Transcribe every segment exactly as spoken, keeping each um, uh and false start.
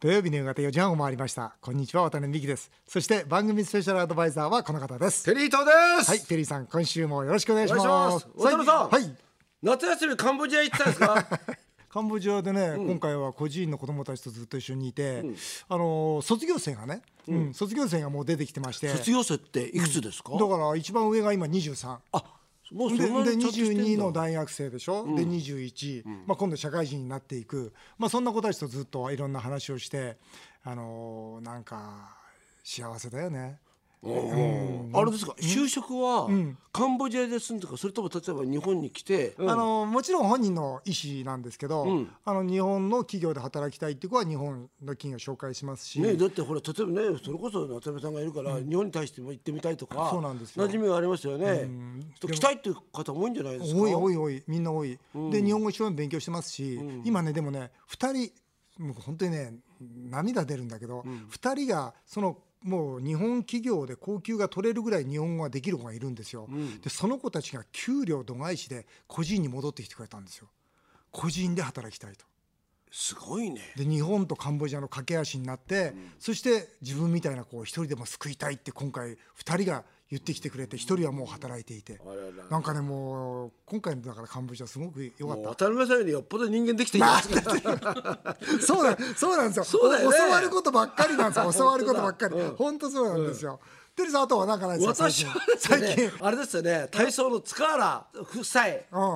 土曜日の夕方よじはんを回りました。こんにちは、渡辺美希です。そして番組スペシャルアドバイザーはこの方です。 テリー東です。 はい、テリーさん、今週もよろしくお願いします。 渡辺さん、 はい、 夏休みカンボジア行ってたんですか？ カンボジアでね、 うん、 今回は孤児院の子どもたちとずっと一緒にいて、うん、あの卒業生がね、うんうん、卒業生がもう出てきてまして。 卒業生っていくつですか？ うん、だから一番上が今にじゅうさん。あ、 もうそんなにでにじゅうにの大学生でしょ、うん、でにじゅういち、 うん、 まあ、今度社会人になっていく、まあ、そんな子たちとずっといろんな話をして、あのー、なんか幸せだよね。 うん、あれですか、就職はカンボジアで住んでか、それとも例えば日本に来て、 うん、あのもちろん本人の意思なんですけど、うん、あの日本の企業で働きたいっていう子は日本の企業を紹介しますし、 ね、だってほら例えばね、それこそ渡辺さんがいるから、うん、日本に対しても行ってみたいとか、 そうなんですよ、 馴染みがありますよね、うん、来たいっていう方多いんじゃないですか？ 多い多い多い、みんな多い、うん、で日本語一生懸命勉強してますし、うん、今ねでもねふたり、もう本当にね涙出るんだけど、うん、ふたりがそのもう日本企業で高給が取れるぐらい日本語ができる子がいるんですよ、うん、でその子たちが給料度外視で個人に戻ってきてくれたんですよ。個人で働きたいと。 すごいね。 で日本とカンボジアの架け橋になって、うん、そして自分みたいな子を一人でも救いたいって今回ふたりが言ってきてくれて、一人はもう働いていて、あらら、なんかねもう今回のだからカンボジアすごく良かった。 渡辺さんよりよっぽど人間できていますからそうだそうなんですよ。 そうだよね、 教わることばっかりなんですよ。教わることばっかり、うん、本当そうなんですよ。うん、テリーさん、あとはなんかないですか？ 私はですね、最近あれですよね、体操の塚原夫妻、うん、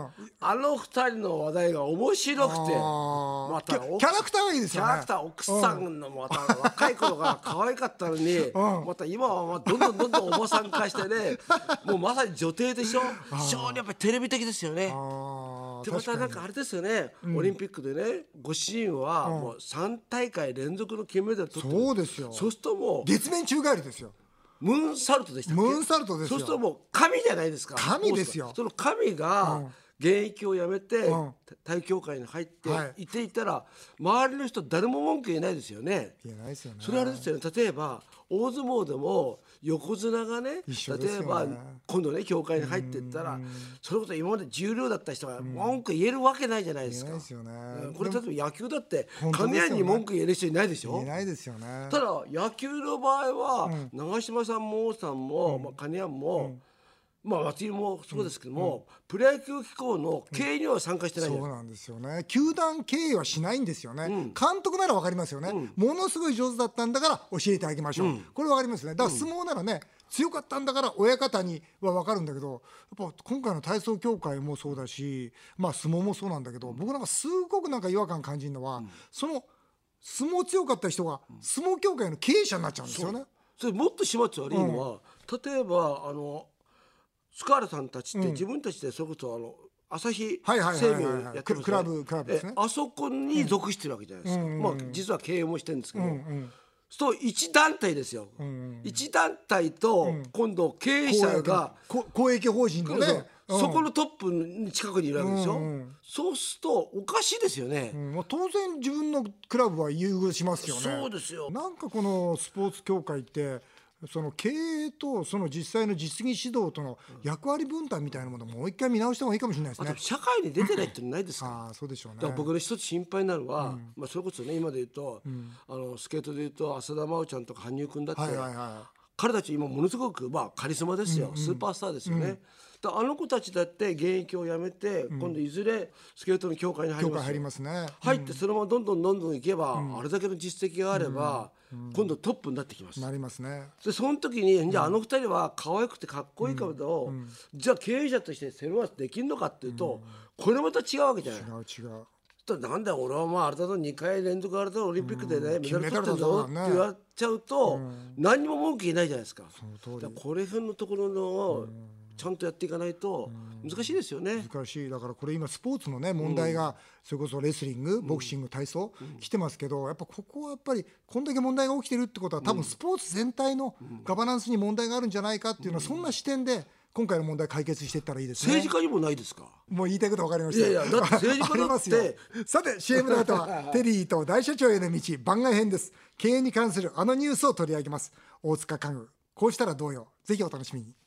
あの二人の話題が面白くて、またキャラクターがいいですよね。 キャラクター、奥さんのまた若い頃が可愛かったのに、うん、また今はどんどんどんどんおばさん化してね、もうまさに女帝でしょ。非常にやっぱりテレビ的ですよね。でまたなんかあれですよね、うん、オリンピックでね、ご主人はもうさん大会連続の金メダル取ってる。 そうですよ。 そうするともう月面宙返りですよ。 ムーンサルトでしたっけ？ ムーンサルトですよ。 そうするともう神じゃないですか。 神ですよ。 その神が現役を辞めて、うん、体協会に入っていていたら、はい、周りの人誰も文句言えないですよね。 言えないですよね。 それあれですよね、例えば大相撲でも横綱がね、例えば今度ね協会に入っていったら、それこそ今まで十両だった人が文句言えるわけないじゃないですか。 言えないですよね。 これ例えば野球だって金谷に文句言える人いないでしょ。 言えないですよね。 ただ野球の場合は、うん、長嶋さんも王さんも、うん、まあ、金谷も、うん、まあ松井もそうですけども、うん、プロ野球機構の経営には参加してない、うん、 そうなんですよね。球団経営はしないんですよね、うん、監督なら分かりますよね、うん、ものすごい上手だったんだから教えてあげましょう、うん、これ分かりますね。だから相撲ならね、強かったんだから親方には分かるんだけど、やっぱ今回の体操協会もそうだし、まあ相撲もそうなんだけど、僕なんかすごくなんか違和感感じるのは、うん、その相撲強かった人が相撲協会の経営者になっちゃうんですよね。 それもっと始末悪いのは、うん、例えばあの塚原さんたちって自分たちでそれこそあの朝日生命やってるクラブクラブですね。 あそこに属してるわけじゃないですか、うん、まあ実は経営もしてるんですけど、うんうん、そう一団体ですよ、うんうん、一団体と今度経営者が、 うん、公益法人のね、 うん、そこのトップに近くにいるわけでしょ、うんうん、そうするとおかしいですよね、 うん、まあ、当然自分のクラブは優遇しますよね。 そうですよ。 なんかこのスポーツ協会ってその経営とその実際の実技指導との役割分担みたいなものをもう一回見直した方がいいかもしれないですね。 あと社会に出てないってないですか？ あ、そうでしょうね。 だから僕の一つ心配なのは、うん、まあ、それこそね今で言うと、うん、あのスケートで言うと浅田真央ちゃんとか羽生君だって、はいはいはい、彼たち今ものすごく、まあ、カリスマですよ、うんうん、スーパースターですよね、うん、だあの子たちだって現役を辞めて、うん、今度いずれスケートの協会に入りますよ。 協会入りますね、 入ってそのままどんどんどんどんいけば、うん、あれだけの実績があれば、うんうん、今度トップになってきます。 なりますね。 でその時にじゃああの二人は可愛くてかっこいいけど、うんうん、じゃあ経営者としてセルワースできるのかっていうと、うん、これまた違うわけじゃない。 違う違う。 なんだ俺はまああれだとにかい連続あれだとオリンピックでね、うん、メダル取ってるぞって言われちゃうと、うん、何にも文句言えないじゃないですか。その通り。だからこれ辺のところの、うん、ちゃんとやっていかないと難しいですよね。 難しい。だからこれ今スポーツのね問題が、うん、それこそレスリング、ボクシング、体操、うん、来てますけど、やっぱここはやっぱりこんだけ問題が起きてるってことは多分スポーツ全体のガバナンスに問題があるんじゃないかっていうのは、そんな視点で今回の問題解決していったらいいですね。 政治家にもないですか？ もう言いたいこと分かりました。 いやいやだって政治家だってさて シーエム の後はテリーと大社長への道番外編です。経営に関するあのニュースを取り上げます。大塚家具、こうしたらどうよ。ぜひお楽しみに。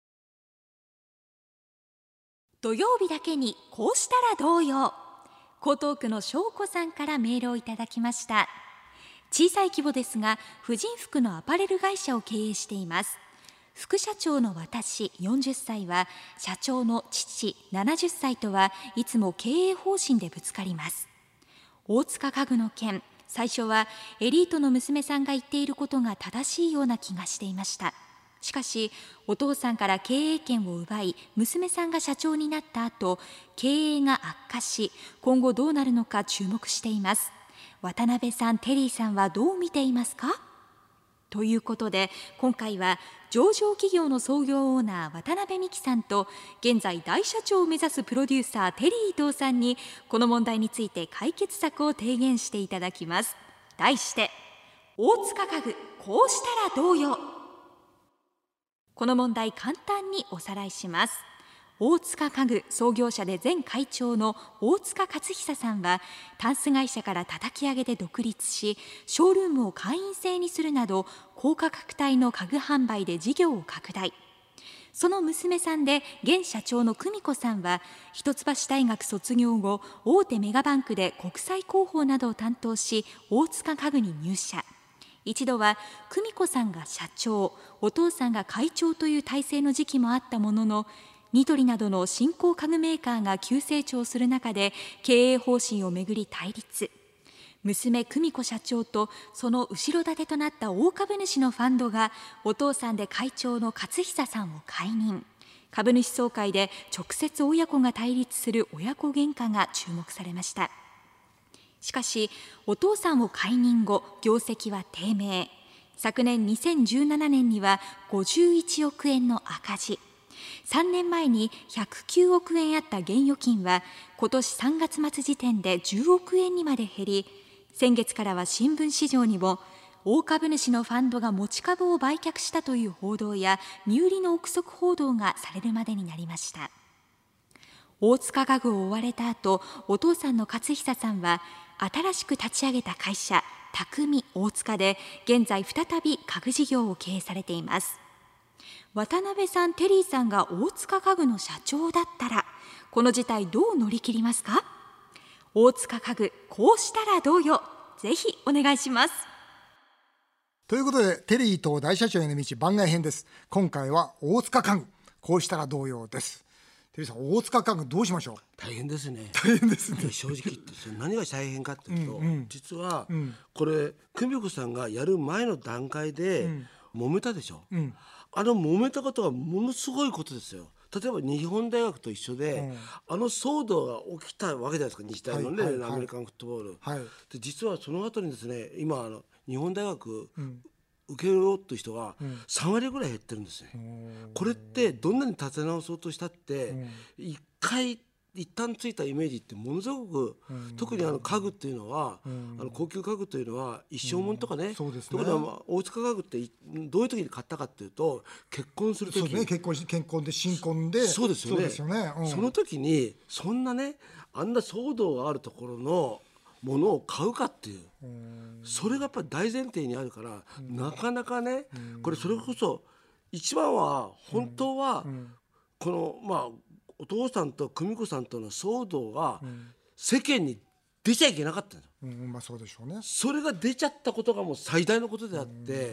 土曜日だけにこうしたらどうよ。江東区の翔子さんからメールをいただきました。 小さい規模ですが婦人服のアパレル会社を経営しています。副社長の私よんじゅっさいは社長の父ななじゅっさいとはいつも経営方針でぶつかります。大塚家具の件、最初はエリートの娘さんが言っていることが正しいような気がしていました。しかしお父さんから経営権を奪い娘さんが社長になった後、経営が悪化し今後どうなるのか注目しています。渡辺さん、テリーさんはどう見ていますか？ということで今回は上場企業の創業オーナー渡辺美樹さんと現在大社長を目指すプロデューサーテリー伊藤さんにこの問題について解決策を提言していただきます。題して大塚家具こうしたらどうよ。この問題簡単におさらいします。大塚家具創業者で前会長の大塚勝久さんはタンス会社から叩き上げで独立し、ショールームを会員制にするなど高価格帯の家具販売で事業を拡大。その娘さんで現社長の久美子さんは一橋大学卒業後大手メガバンクで国際広報などを担当し大塚家具に入社。一度は久美子さんが社長、お父さんが会長という体制の時期もあったものの、ニトリなどの新興家具メーカーが急成長する中で経営方針をめぐり対立。娘久美子社長とその後ろ盾となった大株主のファンドがお父さんで会長の勝久さんを解任。株主総会で直接親子が対立する親子喧嘩が注目されました。しかしお父さんを解任後業績は低迷。昨年にせんじゅうななねんにはごじゅういちおくえんの赤字。さんねんまえにひゃくきゅうおくえんあった現預金は今年さんがつ末時点でじゅうおくえんにまで減り、先月からは新聞市場にも大株主のファンドが持ち株を売却したという報道や身売りの憶測報道がされるまでになりました。大塚家具を追われた後、お父さんの勝久さんは新しく立ち上げた会社匠大塚で現在再び家具事業を経営されています。渡辺さん、テリーさんが大塚家具の社長だったらこの事態どう乗り切りますか？大塚家具こうしたらどうよ。ぜひお願いします。 ということでテリーと大社長への道番外編です。今回は大塚家具こうしたらどうよです。テリーさん、大塚家具どうしましょう？ 大変ですね。 大変ですね。 正直言ってそれ何が大変かっていうと、 うんうん、 実は、 うん、 これ久美子さんがやる前の段階で揉めたでしょ、うん、あの揉めたことはものすごいことですよ。例えば日本大学と一緒で、うん、あの騒動が起きたわけじゃないですか、日大のね、はいはいはい、アメリカンフットボール、はい、で実はその後にですね、今あの日本大学、うん受けようという人がさんわりぐらい減ってるんですね、うん、これってどんなに立て直そうとしたって、うん、一回一旦ついたイメージってものすごく、うん、特にあの家具っていうのは、うん、あの高級家具というのは一生もんとかね、うん、そうですね、特に大塚家具ってどういう時に買ったかっていうと結婚する時に、そうですね、結婚し結婚で新婚で、そうですよね、そうですよね、うん、その時にそんなねあんな騒動があるところのものを買うかっていう、それがやっぱり大前提にあるから、うん、なかなかね、うん、これそれこそ一番は本当は、うん、このまあお父さんと久美子さんとの騒動が世間に出ちゃいけなかったんですよ、うんまあ、そうでしょうね。それが出ちゃったことがもう最大のことであって、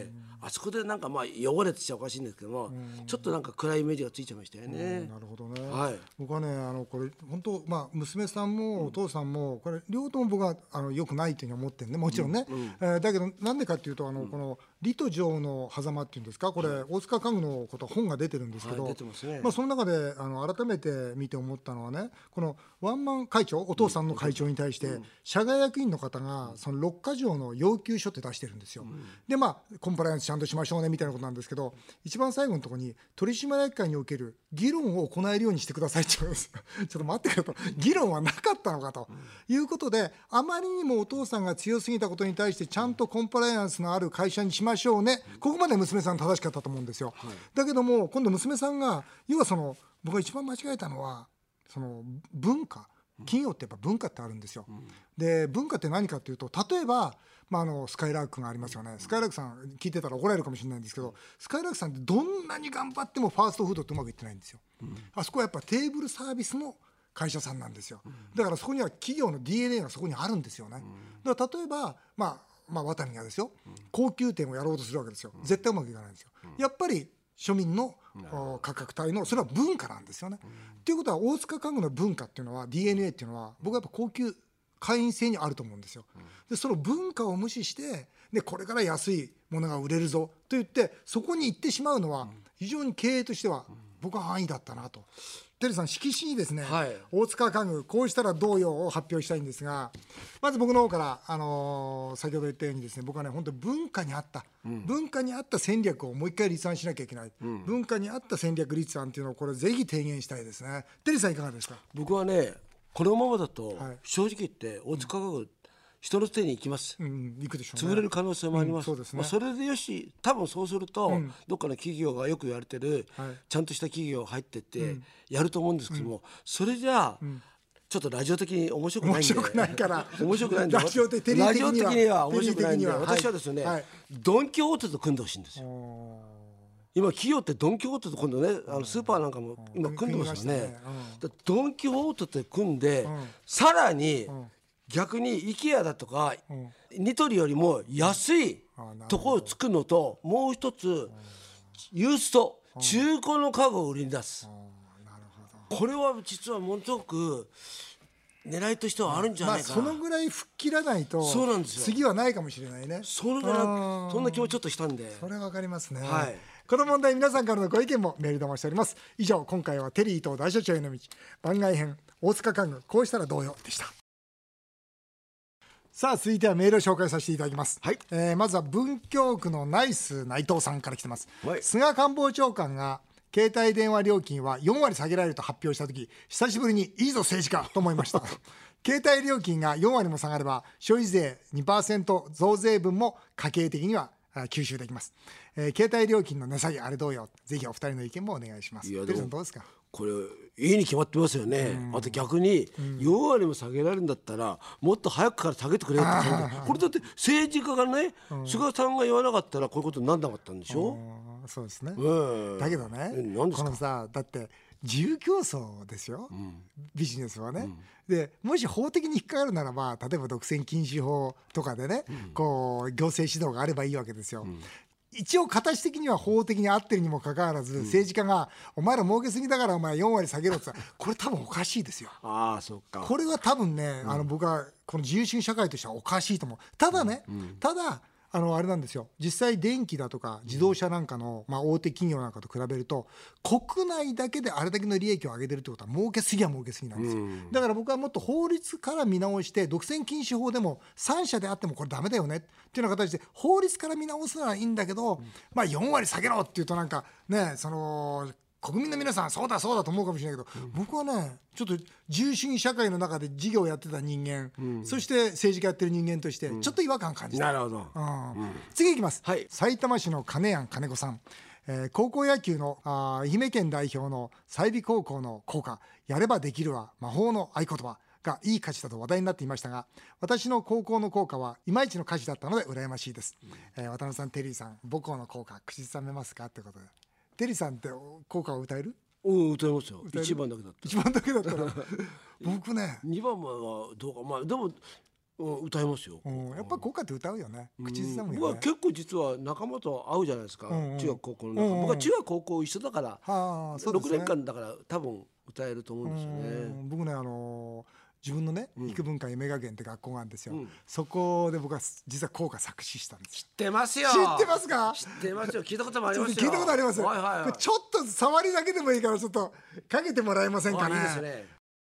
あそこでなんかまあ汚れてちゃおかしいんですけども、ちょっとなんか暗いイメージがついちゃいましたよね。なるほどね、はい、僕はねあのこれ本当、まあ、娘さんもお父さんもこれ両方とも僕はあの良くないというふうに思ってるね、もちろんね、うんうんえー、だけどなんでかっていうとあの、うん、この李と情の狭間っていうんですか、これ、はい、大塚家具のこと本が出てるんですけど、はい、出てますね。まあ、その中であの改めて見て思ったのはね、このワンマン会長、お父さんの会長に対して、うん、社外役員の方がそのろっか条の要求書って出してるんですよ、うん、でまあコンプライアンスちゃんとしましょうねみたいなことなんですけど、一番最後のところに取締役会における議論を行えるようにしてくださいって言うんですちょっと待ってくれと、議論はなかったのかということで、あまりにもお父さんが強すぎたことに対してちゃんとコンプライアンスのある会社にしましょうね、ここまで娘さん正しかったと思うんですよ、はい、だけども今度娘さんが要はその僕が一番間違えたのはその文化、企業ってやっぱ文化ってあるんですよ、うん、で文化って何かっていうと、例えば、まあ、あのスカイラークがありますよね、スカイラークさん聞いてたら怒られるかもしれないんですけど、スカイラークさんってどんなに頑張ってもファーストフードってうまくいってないんですよ、うん、あそこはやっぱテーブルサービスの会社さんなんですよ、だからそこには企業の ディーエヌエー がそこにあるんですよね、だから例えばまあまあ、ワタミがですよ、高級店をやろうとするわけですよ。絶対うまくいかないんですよ。やっぱり庶民の価格帯のそれは文化なんですよね。ということは大塚家具の文化っていうのは ディーエヌエー っていうのは僕はやっぱ高級会員制にあると思うんですよ。でその文化を無視してでこれから安いものが売れるぞと言ってそこに行ってしまうのは非常に経営としては僕は安易だったなと。テリーさん色紙にですね、はい、大塚家具こうしたらどうよを発表したいんですが、まず僕の方から、あのー、先ほど言ったようにですね僕はね本当に文化に合った、うん、文化に合った戦略をもう一回立案しなきゃいけない、うん、文化に合った戦略立案っていうのをこれぜひ提言したいですね。テリーさんいかがですか。 僕はねこのままだと、はい、正直言って大塚家具、うん人の手に行きます、 うん、行くでしょうね。 潰れる可能性もあります、 うん そうですね。 まあ、それでよし多分そうすると、うん、どっかの企業がよく言われてる、はい、ちゃんとした企業入ってって、うん、やると思うんですけども、うん、それじゃあ、うん、ちょっとラジオ的に面白くないんで面白くないから面白くないんでラジオ的にはラジオ的には面白くないんで、 はい、 私はですね、はい、ドン・キホーテと組んでほしいんですよ。今企業ってドン・キホーテと今度ねあのスーパーなんかも今組んでますよね、うん、ドン・キホーテと組んで、うん、さらに、うん逆に IKEA だとか、うん、ニトリよりも安いところを作るのともう一つユースト中古の家具を売りに出す。なるほど。これは実はものすごく狙いとしてはあるんじゃないかな、 まあ、そのぐらい吹っ切らないとそうなんですよ次はないかもしれないね。 そのぐらいそんな気もちょっとしたんでそれはわかりますね、 はい、 この問題皆さんからのご意見もメールでお待ちしております。以上今回はテリーと大所長への道番外編大塚家具こうしたらどうよでした。さあ続いてはメールを紹介させていただきます、はいえー、まずは文京区のナイス内藤さんから来てます、はい、菅官房長官が携帯電話料金はよん割下げられると発表したとき久しぶりにいいぞ政治家と思いました携帯料金がよん割も下がれば消費税 にパーセント 増税分も家計的には吸収できます、えー、携帯料金の値下げあれどうよぜひお二人の意見もお願いします。テリーさんどうですか。 これいいに決まってますよね、うん、あと逆によん割も下げられるんだったらもっと早くから下げてくれってこれだって政治家がね、うん、菅さんが言わなかったらこういうことにならなかったんでしょ。 うん、そうですね、 うん、 だけどね何ですかこのさだって自由競争ですよ、うん、ビジネスはね、うん、でもし法的に引っかかるならば例えば独占禁止法とかでね、うん、こう行政指導があればいいわけですよ、うん一応形的には法的に合ってるにもかかわらず、うん、政治家がお前ら儲けすぎだからお前よん割下げろって言ったらこれ多分おかしいですよ。 ああそうか。 これは多分ね、うん、あの僕はこの自由主義社会としてはおかしいと思う。ただね、うん、ただあのあれなんですよ実際電気だとか自動車なんかの、まあ、大手企業なんかと比べると国内だけであれだけの利益を上げてるってことは儲けすぎは儲けすぎなんですよ、うん、だから僕はもっと法律から見直して独占禁止法でもさん社であってもこれダメだよねっていうような形で法律から見直すのはいいんだけど、うん、まあよん割下げろっていうとなんかねその国民の皆さんそうだそうだと思うかもしれないけど、うん、僕はねちょっと自由主義社会の中で事業をやってた人間、うん、そして政治家やってる人間としてちょっと違和感感じた、 うん、なるほど、 うんうん、次いきます、はい、埼玉市の金谷金子さん、えー、高校野球のあ愛媛県代表の済美高校の校歌やればできるは魔法の合言葉がいい歌詞だと話題になっていましたが私の高校の校歌はいまいちの歌詞だったので羨ましいです、うんえー、渡辺さんテリーさん母校の校歌口ずさめますかってことでテリーさんって校歌を歌える？ うん歌えますよ。いちばんだけだったいちばんだけだったら僕ねにばんはどうかまあでも、うん、歌えますよ、 うん、やっぱ校歌って歌うよね口ずさむよね、 僕は結構実は仲間と会うじゃないですか、うんうん、中学高校の中、うんうん、僕は中学高校一緒だから、はあそうですね、ろくねんかんだから多分歌えると思うんですよね。 僕ねあのー自分のね育文館夢学園って学校があるんですよ、うん、そこで僕は実は校歌作詞したんです。 知ってますよ。 知ってますか？ 知ってますよ。聞いたこともありますよ。 聞いたことあります、 はいはいはい、 これちょっと触りだけでもいいからちょっとかけてもらえませんかね。 いいですね。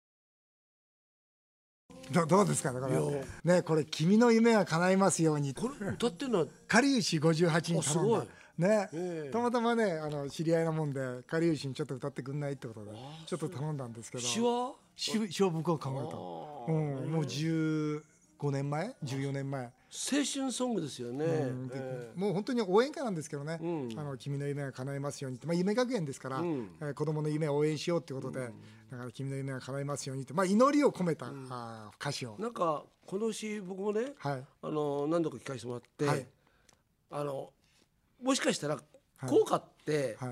ど, どうですかねこれねこれ君の夢が叶いますようにこれ歌ってるのはかりゆしごじゅうはちに頼んだね、 えー、 たまたまねあの知り合いなもんでかりゆしにちょっと歌ってくんないってことでちょっと頼んだんですけど詩は詩は僕は考えた、うん、もうじゅうごねんまえじゅうよねんまえ青春ソングですよね、うんえー、もう本当に応援歌なんですけどね、うん、あの君の夢が叶いますようにって、まあ、夢学園ですから、うんえー、子供の夢を応援しようってことで、うん、だから君の夢が叶いますようにって、まあ、祈りを込めた、うん、あ歌詞をなんかこの詩僕もね、はい、あの何度か聞かせてもらって、はい、あのもしかしたら効果って、はいはい、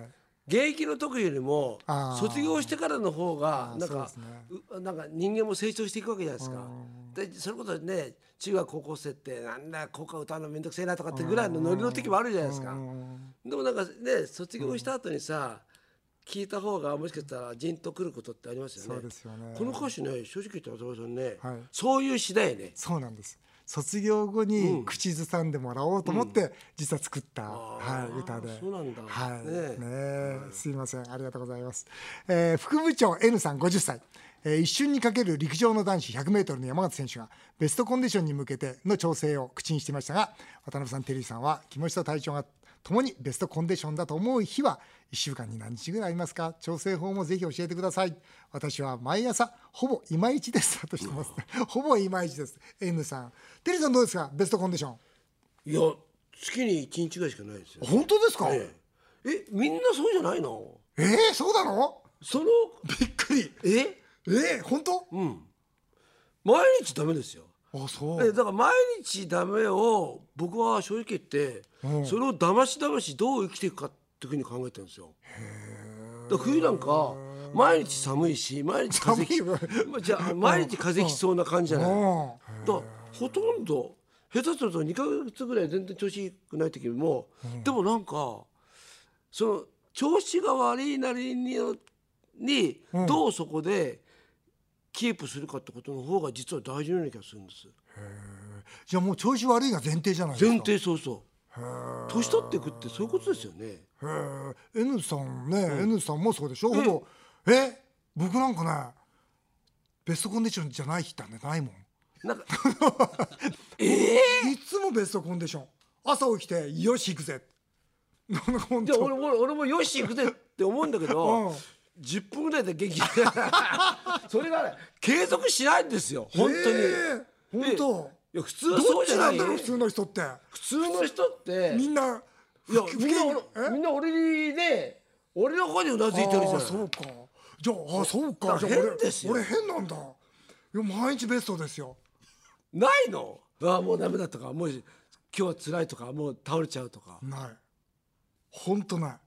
現役の時よりもあー卒業してからの方があーなんかそうですねうなんか人間も成長していくわけじゃないですか。でそれこそね中学高校生ってなんだ校歌歌うのめんどくせえなとかってぐらいのノリの時もあるじゃないですか。でもなんかね卒業した後にさ聞いた方がもしかしたらジンとくることってありますよね。 そうですよね。 この歌詞ね正直言って渡辺さんね、 はいそういう詩だよね。 そうなんです。卒業後に口ずさんでもらおうと思って実は作った、はい、歌で。 そうなんだ。 はい、 ねねえ、すいません、ありがとうございます。えー副部長 N さんごじゅっさい、えー一瞬にかける陸上の男子ひゃくメートルの山縣選手がベストコンディションに向けての調整を口にしていましたが、渡辺さん、テリーさんは気持ちと体調がともにベストコンディションだと思う日はいっしゅうかんに何日ぐらいありますか？調整法もぜひ教えてください。私は毎朝ほぼいまいちですとしてます、うん、ほぼいまいちです。 N さん、テリーさんどうですか？ベストコンディション。 いや月にいちにちぐらいしかないですよ。 本当ですか？ ええ、えみんなそうじゃないの？ えー、そうなの？ そのびっくり。 ええー、本当？ うん毎日ダメですよ。 あ、そう。 えだから毎日ダメを僕は正直言って、うん、それをだましだましどう生きていくかっていうふうに考えてるんですよ。だから冬なんか毎日寒いし毎日風邪ひじゃあ毎日風邪ひきそうな感じじゃない。だからほとんど下手するとにかげつぐらい全然調子良くない時も、うん、でもなんかその調子が悪いなりににどうそこでキープするかってことの方が実は大事なような気がするんです。 へー、じゃあもう調子悪いが前提じゃないですか。 前提、そうそう。年取っていくってそういうことですよね。へー、N さんね、うん、N さんもそうでしょ。ほぼえ僕なんかねベストコンディションじゃない日ってないもん。 なんかえー、いつもベストコンディション。朝起きてよし行くぜ。 いや俺も俺もよし行くぜって思うんだけど、うん、じゅっぷんぐらいで元気それがね継続しないんですよ本当に。 えー、本当。 いや普通はそうじゃない。 どっちなんだろう普通の人って。 普通の人ってみんないやみんなみんな俺で俺の方にうなずいてるじゃん。 あ、そうか。じゃあ、あ、そうか。じゃあ変ですよ。 俺変なんだ。いや毎日ベストですよ。 ないの？ああもうダメだとか、もう今日は辛いとか、もう倒れちゃうとか。 ない。本当ない。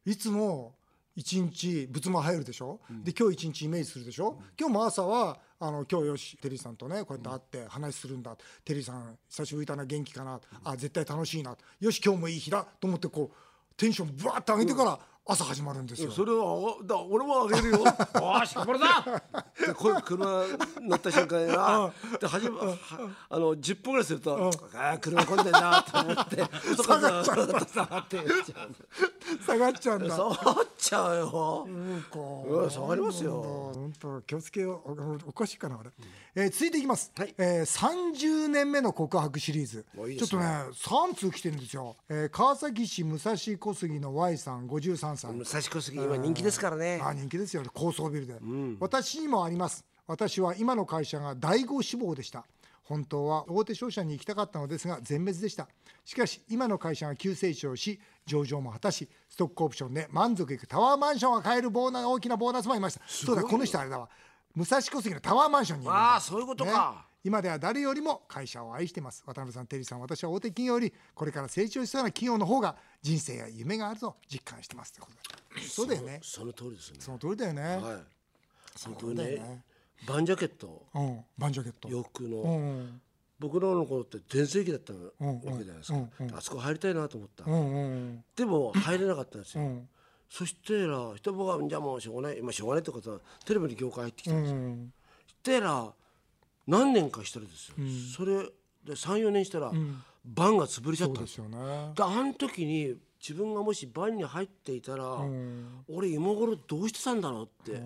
いつも一日仏間入るでしょ、うん、で今日一日イメージするでしょ、うん、今日も朝はあの今日よしテリーさんとねこうやって会って話するんだ、うん、テリーさん久しぶりだな元気かな、うん、あ絶対楽しいな、よし今日もいい日だと思ってこうテンションブワーッと上げてから朝始まるんですよ。 それはだ俺も上げるよ。おしこれだでこれ車乗った瞬間になで始まあのじゅっぷんぐらいするとああ車混んでんなと思って下がっちゃう下がって下がっちゃうんだ。 下がっちゃうよ。 うんか、 うん、下がりますよ。 本当気をつけよう。おかしいかな俺、うん、えー、続いていきます、はい。えー、さんじゅうねんめの告白シリーズ。いいちょっとねさん通来てるんですよ、えー、川崎市武蔵小杉の Y さんごじゅうさんさい。 武蔵小杉今人気ですからね。 あ人気ですよね、高層ビルで、うん、私にもあります。私は今の会社が第五志望でした。本当は大手商社に行きたかったのですが全滅でした。しかし今の会社が急成長し上場も果たしストックオプションで満足いくタワーマンションが買えるボーナ大きなボーナスもありました。そうだこの人あれだわ、武蔵小杉のタワーマンションにいるんだ。 ああそういうことか、 ね、今では誰よりも会社を愛しています。渡辺さん、テリーさん、私は大手企業よりこれから成長しそうな企業の方が人生や夢があると実感してますということで。そうだよね。 その通りですね。 その通りだよね。 はい。その通りだよね。バンジャケット、 うん、バンジャケット洋服の、 うん、 僕らの頃って全盛期だったわけじゃないですか、うんうん、あそこ入りたいなと思った、うんうん、でも入れなかったんですよ、うん、そしてら人がじゃあもうしょうがない今しょうがないってことはテレビに業界入ってきたんですよ、うん、してら何年かしたらですよ、うん、それで さん,よ 年したら、うん、バンが潰れちゃったんですよ。そうですよね。であの時に自分がもしバンに入っていたら、うん、俺今頃どうしてたんだろうって、うん、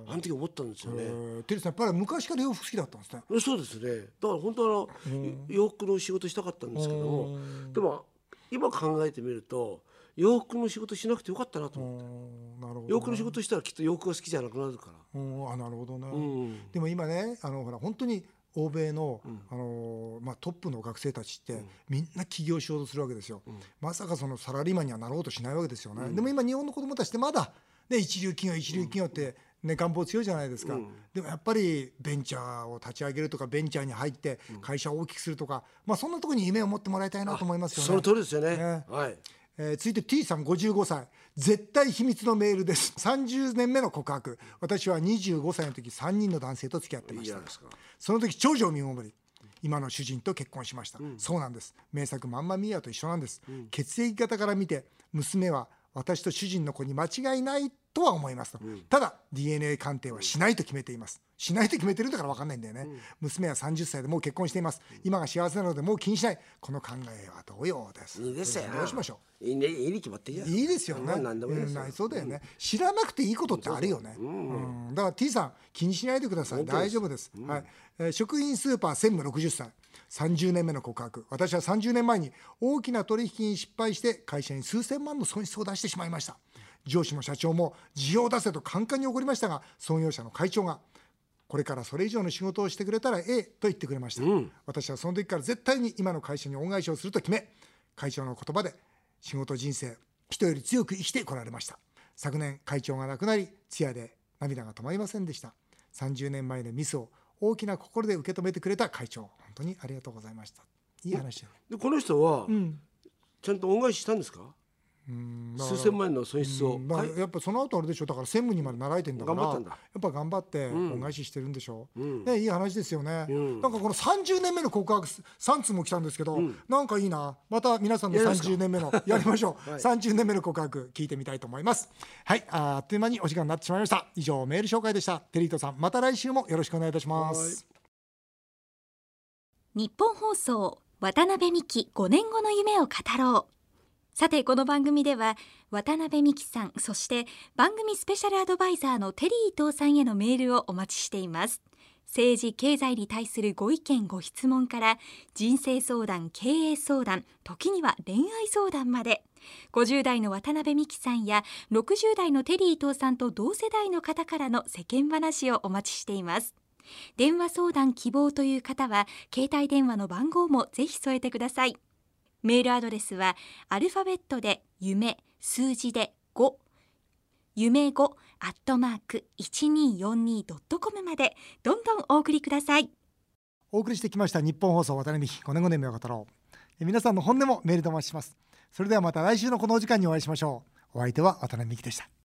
あの時思ったんですよね。 テリーさんやっぱり昔から洋服好きだったんですね。 そうですね。だから本当はあの、うん、洋服の仕事したかったんですけども、でも今考えてみると洋服の仕事しなくてよかったなと思って。なるほどね。洋服の仕事したらきっと洋服が好きじゃなくなるから。 あなるほどね、うん、でも今ねあのほら本当に欧米の、うんあのまあ、トップの学生たちって、うん、みんな起業しようとするわけですよ、うん、まさかそのサラリーマンにはなろうとしないわけですよね、うん、でも今日本の子どもたちってまだ、ね、一流企業一流企業って、ね、願望強いじゃないですか、うん、でもやっぱりベンチャーを立ち上げるとかベンチャーに入って会社を大きくするとか、まあ、そんなところに夢を持ってもらいたいなと思いますよね。 その通りですよね、ね、はい。 えー、続いて T さんごじゅうごさい、絶対秘密のメールです。さんじゅうねんめの告白。私はにじゅうごさいの時さんにんの男性と付き合ってました。その時長女を見守り、今の主人と結婚しました、うん、そうなんです。名作マンマミーアと一緒なんです、うん、血液型から見て娘は私と主人の子に間違いないとは思いますと、うん、ただ ディーエヌエー 鑑定はしないと決めています。しないと決めてるんだから分かんないんだよね、うん、娘はさんじゅっさいでもう結婚しています、うん、今が幸せなのでもう気にしない。この考えは同様です。 いいですよ。 どうしましょう。 いいね、いいに決まっていいや。 いいですよね。 何でもいいですよ、 うん、そうだよね、うん、知らなくていいことってあるよね、うんうん、だから T さん気にしないでください。大丈夫です、うん、はい。えー、食品スーパー専務ろくじゅっさい、さんじゅうねんめの告白。私はさんじゅうねんまえに大きな取引に失敗して会社に数千万の損失を出してしまいました。上司も社長も事業を出せとカンカンに怒りましたが、創業者の会長がこれからそれ以上の仕事をしてくれたらええと言ってくれました、うん、私はその時から絶対に今の会社に恩返しをすると決め、会長の言葉で仕事人生人より強く生きてこられました。昨年会長が亡くなり、通夜で涙が止まりませんでした。さんじゅうねんまえのミスを大きな心で受け止めてくれた会長、本当にありがとうございました。いい話だ。 でこの人は、うん、ちゃんと恩返ししたんですか。うん、数千万円の損失を、うん、 やっぱその後あれでしょ、だから専務にまで習えてんだから、やっぱ頑張って恩返ししてるんでしょ、うんね、いい話ですよね、うん、なんかこのさんじゅうねんめの告白さん通も来たんですけど、うん、なんかいいな。また皆さんのさんじゅうねんめのやりましょう、はい、さんじゅうねんめの告白聞いてみたいと思います。はい、あっという間にお時間になってしまいました。以上メール紹介でした。テリートさん、また来週もよろしくお願いいたします。 日本放送渡辺美希ごねんごの夢を語ろう。さてこの番組では渡辺美希さん、そして番組スペシャルアドバイザーのテリー伊藤さんへのメールをお待ちしています。政治経済に対するご意見ご質問から人生相談、経営相談、時には恋愛相談まで、ごじゅう代の渡辺美希さんやろくじゅう代のテリー伊藤さんと同世代の方からの世間話をお待ちしています。電話相談希望という方は携帯電話の番号もぜひ添えてください。メールアドレスはアルファベットで夢、数字でご、夢ごアットマーク いちにーよんにードットコム までどんどんお送りください。 お送りしてきました日本放送渡辺美希ごねんごの夢を語ろう。皆さんの本音もメールでお待ちします。それではまた来週のこのお時間にお会いしましょう。お相手は渡辺美希でした。